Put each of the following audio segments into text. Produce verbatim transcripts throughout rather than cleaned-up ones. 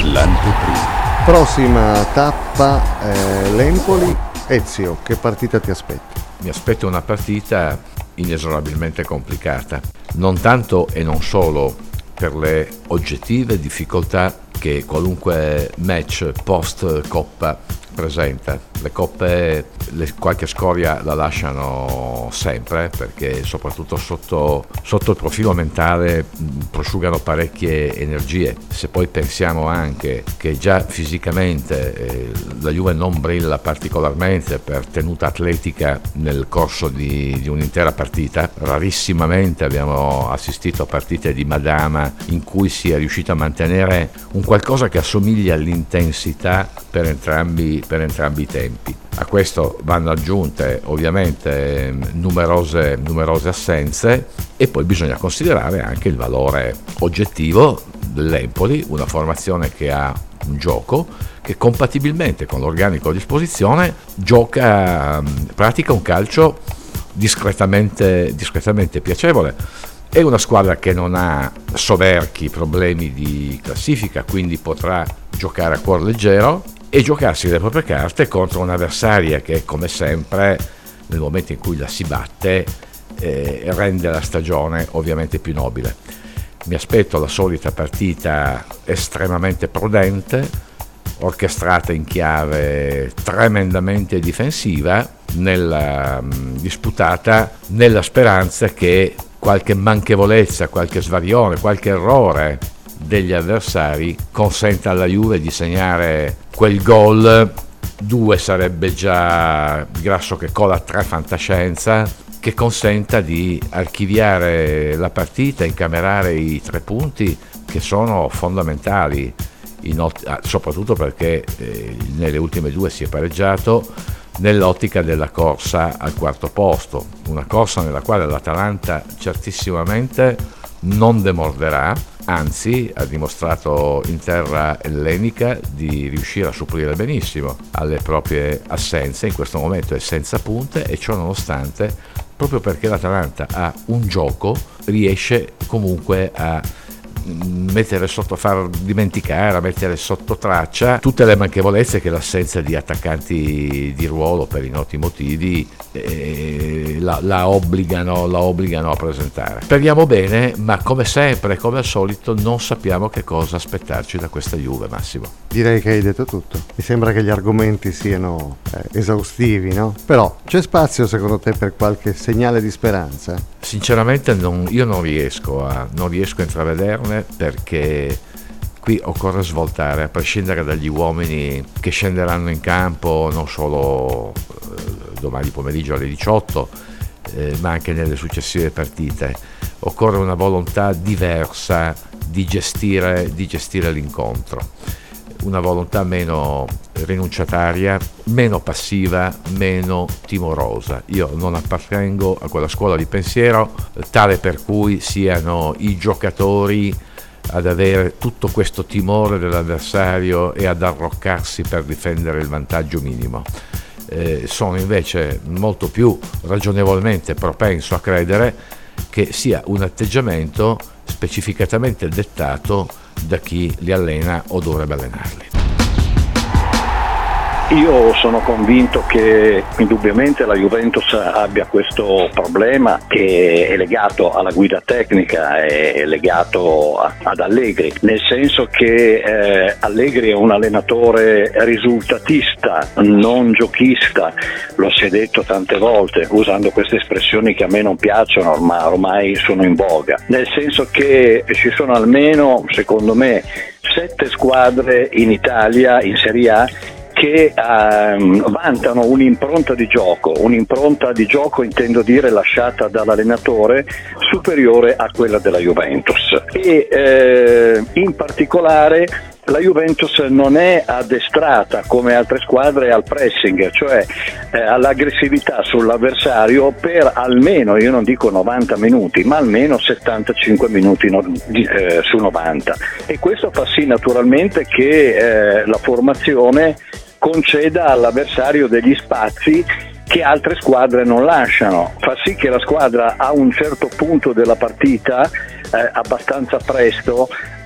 L'anteprima. Prossima tappa, eh, l'Empoli. Ezio, che partita ti aspetti? Mi aspetto una partita inesorabilmente complicata, non tanto e non solo per le oggettive difficoltà che qualunque match post Coppa presenta. Le coppe, le, qualche scoria la lasciano sempre, perché soprattutto sotto, sotto il profilo mentale mh, prosciugano parecchie energie. Se poi pensiamo anche che già fisicamente eh, la Juve non brilla particolarmente per tenuta atletica nel corso di, di un'intera partita, rarissimamente abbiamo assistito a partite di Madama in cui si è riuscito a mantenere un qualcosa che assomiglia all'intensità per entrambi, per entrambi i tempi. A questo vanno aggiunte ovviamente numerose, numerose assenze, e poi bisogna considerare anche il valore oggettivo dell'Empoli, una formazione che ha un gioco che compatibilmente con l'organico a disposizione gioca, pratica un calcio discretamente, discretamente piacevole. È una squadra che non ha soverchi problemi di classifica, quindi potrà giocare a cuor leggero e giocarsi le proprie carte contro un'avversaria che, come sempre, nel momento in cui la si batte, eh, rende la stagione ovviamente più nobile. Mi aspetto la solita partita estremamente prudente, orchestrata in chiave tremendamente difensiva, nella, mh, disputata nella speranza che qualche manchevolezza, qualche svarione, qualche errore degli avversari consenta alla Juve di segnare quel gol. Due sarebbe già grasso che cola tre fantascienza, che consenta di archiviare la partita, incamerare i tre punti che sono fondamentali, in ot- soprattutto perché eh, nelle ultime due si è pareggiato, nell'ottica della corsa al quarto posto, una corsa nella quale l'Atalanta certissimamente non demorderà, anzi ha dimostrato in terra ellenica di riuscire a supplire benissimo alle proprie assenze. In questo momento è senza punte, e ciò nonostante, proprio perché l'Atalanta ha un gioco, riesce comunque a mettere sotto, far dimenticare, a mettere sotto traccia tutte le manchevolezze che l'assenza di attaccanti di ruolo, per i noti motivi, eh, la, la, obbligano, la obbligano a presentare. Speriamo bene, ma come sempre, come al solito, non sappiamo che cosa aspettarci da questa Juve, Massimo. Direi che hai detto tutto. Mi sembra che gli argomenti siano eh, esaustivi, no? Però c'è spazio secondo te per qualche segnale di speranza? Sinceramente non, io non riesco a non riesco a intravederne, perché qui occorre svoltare, a prescindere dagli uomini che scenderanno in campo non solo eh, domani pomeriggio alle diciotto, eh, ma anche nelle successive partite. Occorre una volontà diversa di gestire, di gestire l'incontro, una volontà meno rinunciataria, meno passiva, meno timorosa. Io non appartengo a quella scuola di pensiero tale per cui siano i giocatori ad avere tutto questo timore dell'avversario e ad arroccarsi per difendere il vantaggio minimo. Eh, sono invece molto più ragionevolmente propenso a credere che sia un atteggiamento specificatamente dettato da chi li allena o dovrebbe allenarli. Io sono convinto che indubbiamente la Juventus abbia questo problema, che è legato alla guida tecnica, è legato a, ad Allegri, nel senso che eh, Allegri è un allenatore risultatista, non giochista. Lo si è detto tante volte, usando queste espressioni che a me non piacciono, ma ormai sono in voga, nel senso che ci sono almeno, secondo me, sette squadre in Italia in Serie A che um, vantano un'impronta di gioco, un'impronta di gioco intendo dire lasciata dall'allenatore, superiore a quella della Juventus, e eh, in particolare la Juventus non è addestrata come altre squadre al pressing, cioè eh, all'aggressività sull'avversario per almeno, io non dico novanta minuti, ma almeno settantacinque minuti no, eh, su novanta, e questo fa sì naturalmente che eh, la formazione conceda all'avversario degli spazi che altre squadre non lasciano, fa sì che la squadra a un certo punto della partita, eh, abbastanza presto,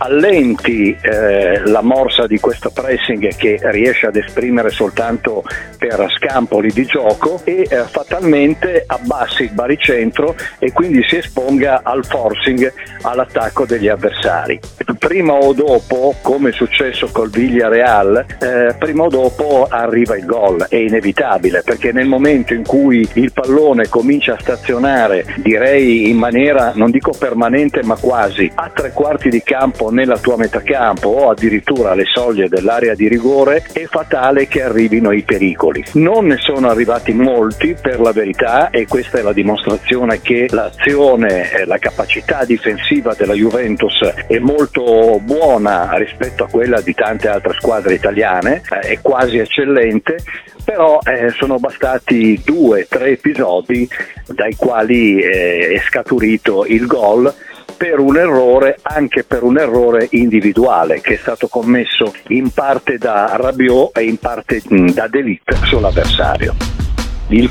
allenti eh, la morsa di questo pressing che riesce ad esprimere soltanto per scampoli di gioco e eh, fatalmente abbassi il baricentro e quindi si esponga al forcing, all'attacco degli avversari. Prima o dopo, come è successo col Villarreal, eh, prima o dopo arriva il gol, è inevitabile, perché nel momento in cui il pallone comincia a stazionare, direi in maniera non dico permanente ma quasi a tre quarti di campo nella tua metà campo o addirittura alle soglie dell'area di rigore, è fatale che arrivino i pericoli. Non ne sono arrivati molti, per la verità, e questa è la dimostrazione che l'azione e la capacità difensiva della Juventus è molto buona rispetto a quella di tante altre squadre italiane, eh, è quasi eccellente, però eh, sono bastati due, tre episodi dai quali eh, è scaturito il gol, per un errore, anche per un errore individuale che è stato commesso in parte da Rabiot e in parte mh, da De Ligt sull'avversario. Il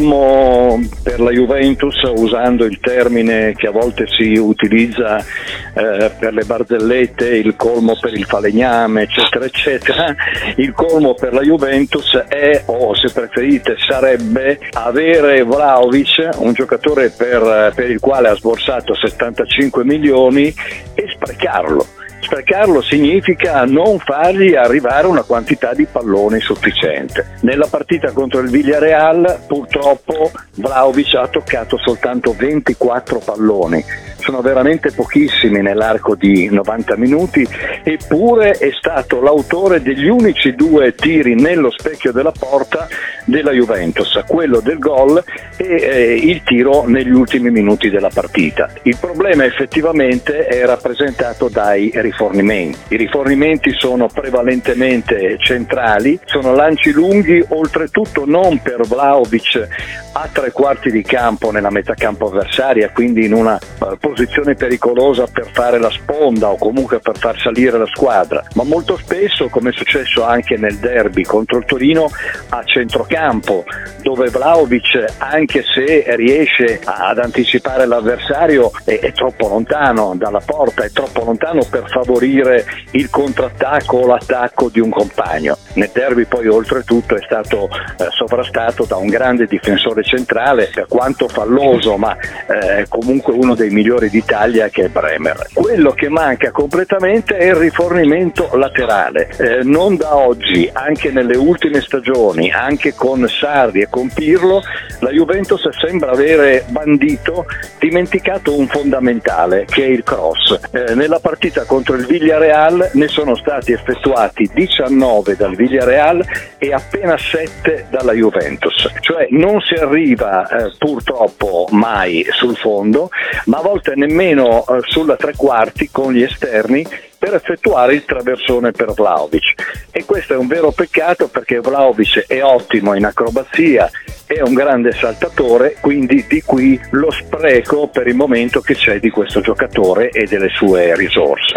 colmo per la Juventus, usando il termine che a volte si utilizza eh, per le barzellette, il colmo per il falegname, eccetera, eccetera, il colmo per la Juventus è, o se preferite sarebbe, avere Vlahovic, un giocatore per, per il quale ha sborsato settantacinque milioni, e sprecarlo. Sprecarlo significa non fargli arrivare una quantità di palloni sufficiente. Nella partita contro il Villarreal purtroppo Vlahovic ha toccato soltanto ventiquattro palloni, sono veramente pochissimi nell'arco di novanta minuti, eppure è stato l'autore degli unici due tiri nello specchio della porta della Juventus, quello del gol e eh, il tiro negli ultimi minuti della partita. Il problema effettivamente è rappresentato dai rifornimenti. I rifornimenti sono prevalentemente centrali, sono lanci lunghi, oltretutto non per Vlahovic a tre quarti di campo nella metà campo avversaria, quindi in una uh, posizione pericolosa per fare la sponda o comunque per far salire la squadra, ma molto spesso, come è successo anche nel derby contro il Torino, a centrocampo, dove Vlahovic, anche se riesce ad anticipare l'avversario, è, è troppo lontano dalla porta, è troppo lontano per favorire il contrattacco o l'attacco di un compagno. Nel derby poi oltretutto è stato eh, sovrastato da un grande difensore centrale, per quanto falloso, ma eh, comunque uno dei migliori d'Italia, che è Bremer. Quello che manca completamente è il rifornimento laterale. Eh, non da oggi, anche nelle ultime stagioni, anche con Sarri e con Pirlo, la Juventus sembra avere bandito, dimenticato un fondamentale, che è il cross. Eh, nella partita contro il Villarreal ne sono stati effettuati diciannove dal Villarreal e appena sette dalla Juventus, cioè non si arriva eh, purtroppo mai sul fondo, ma a volte nemmeno eh, sulla tre quarti con gli esterni, per effettuare il traversone per Vlahovic. E questo è un vero peccato, perché Vlahovic è ottimo in acrobazia, è un grande saltatore, quindi di qui lo spreco per il momento che c'è di questo giocatore e delle sue risorse.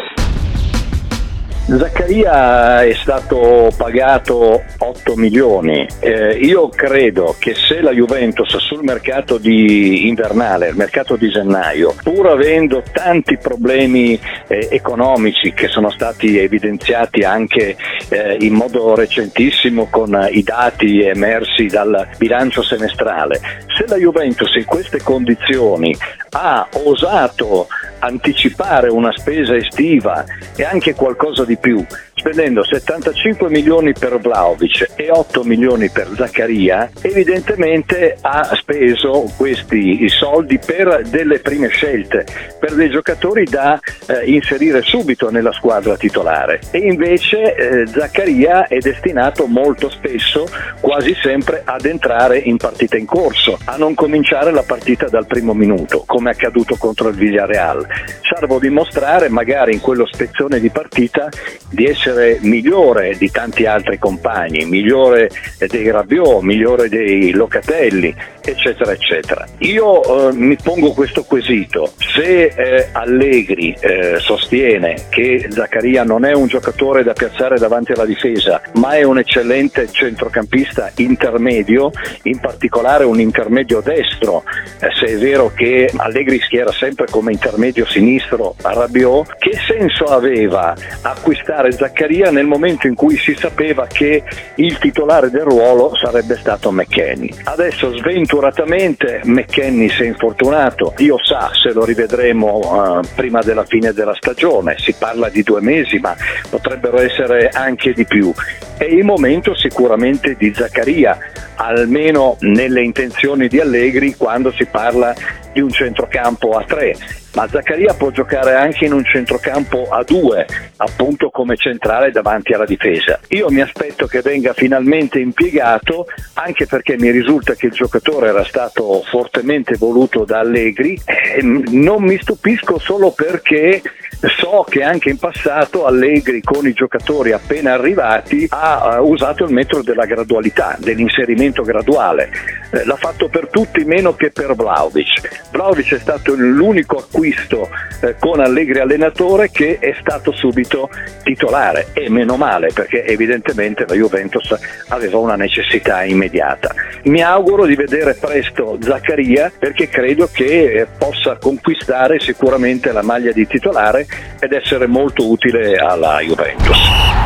Zaccaria è stato pagato otto milioni. Eh, io credo che se la Juventus sul mercato di invernale, il mercato di gennaio, pur avendo tanti problemi eh, economici che sono stati evidenziati anche eh, in modo recentissimo con i dati emersi dal bilancio semestrale, se la Juventus in queste condizioni ha osato anticipare una spesa estiva e anche qualcosa di più, spendendo settantacinque milioni per Vlahovic e otto milioni per Zaccaria, evidentemente ha speso questi soldi per delle prime scelte, per dei giocatori da eh, inserire subito nella squadra titolare, e invece eh, Zaccaria è destinato molto spesso, quasi sempre, ad entrare in partita in corso, a non cominciare la partita dal primo minuto, come è accaduto contro il Villarreal, salvo dimostrare magari in quello spezzone di partita di essere essere migliore di tanti altri compagni, migliore dei Rabiot, migliore dei Locatelli, eccetera eccetera. Io eh, mi pongo questo quesito: se eh, Allegri eh, sostiene che Zaccaria non è un giocatore da piazzare davanti alla difesa, ma è un eccellente centrocampista intermedio, in particolare un intermedio destro, eh, se è vero che Allegri schiera sempre come intermedio sinistro a Rabiot, che senso aveva acquistare Zaccaria nel momento in cui si sapeva che il titolare del ruolo sarebbe stato McKennie? Adesso sventuratamente McKennie si è infortunato, Dio sa se lo rivedremo uh, prima della fine della stagione, si parla di due mesi ma potrebbero essere anche di più. È il momento sicuramente di Zaccaria, almeno nelle intenzioni di Allegri quando si parla di un centrocampo a tre, ma Zaccaria può giocare anche in un centrocampo a due, appunto come centrale davanti alla difesa. Io mi aspetto che venga finalmente impiegato, anche perché mi risulta che il giocatore era stato fortemente voluto da Allegri, e non mi stupisco solo perché so che anche in passato Allegri con i giocatori appena arrivati ha usato il metodo della gradualità, dell'inserimento graduale. Eh, l'ha fatto per tutti meno che per Vlahovic. Vlahovic è stato l'unico acquisto eh, con Allegri allenatore che è stato subito titolare, e meno male, perché evidentemente la Juventus aveva una necessità immediata. Mi auguro di vedere presto Zaccaria, perché credo che eh, possa conquistare sicuramente la maglia di titolare ed essere molto utile alla Juventus.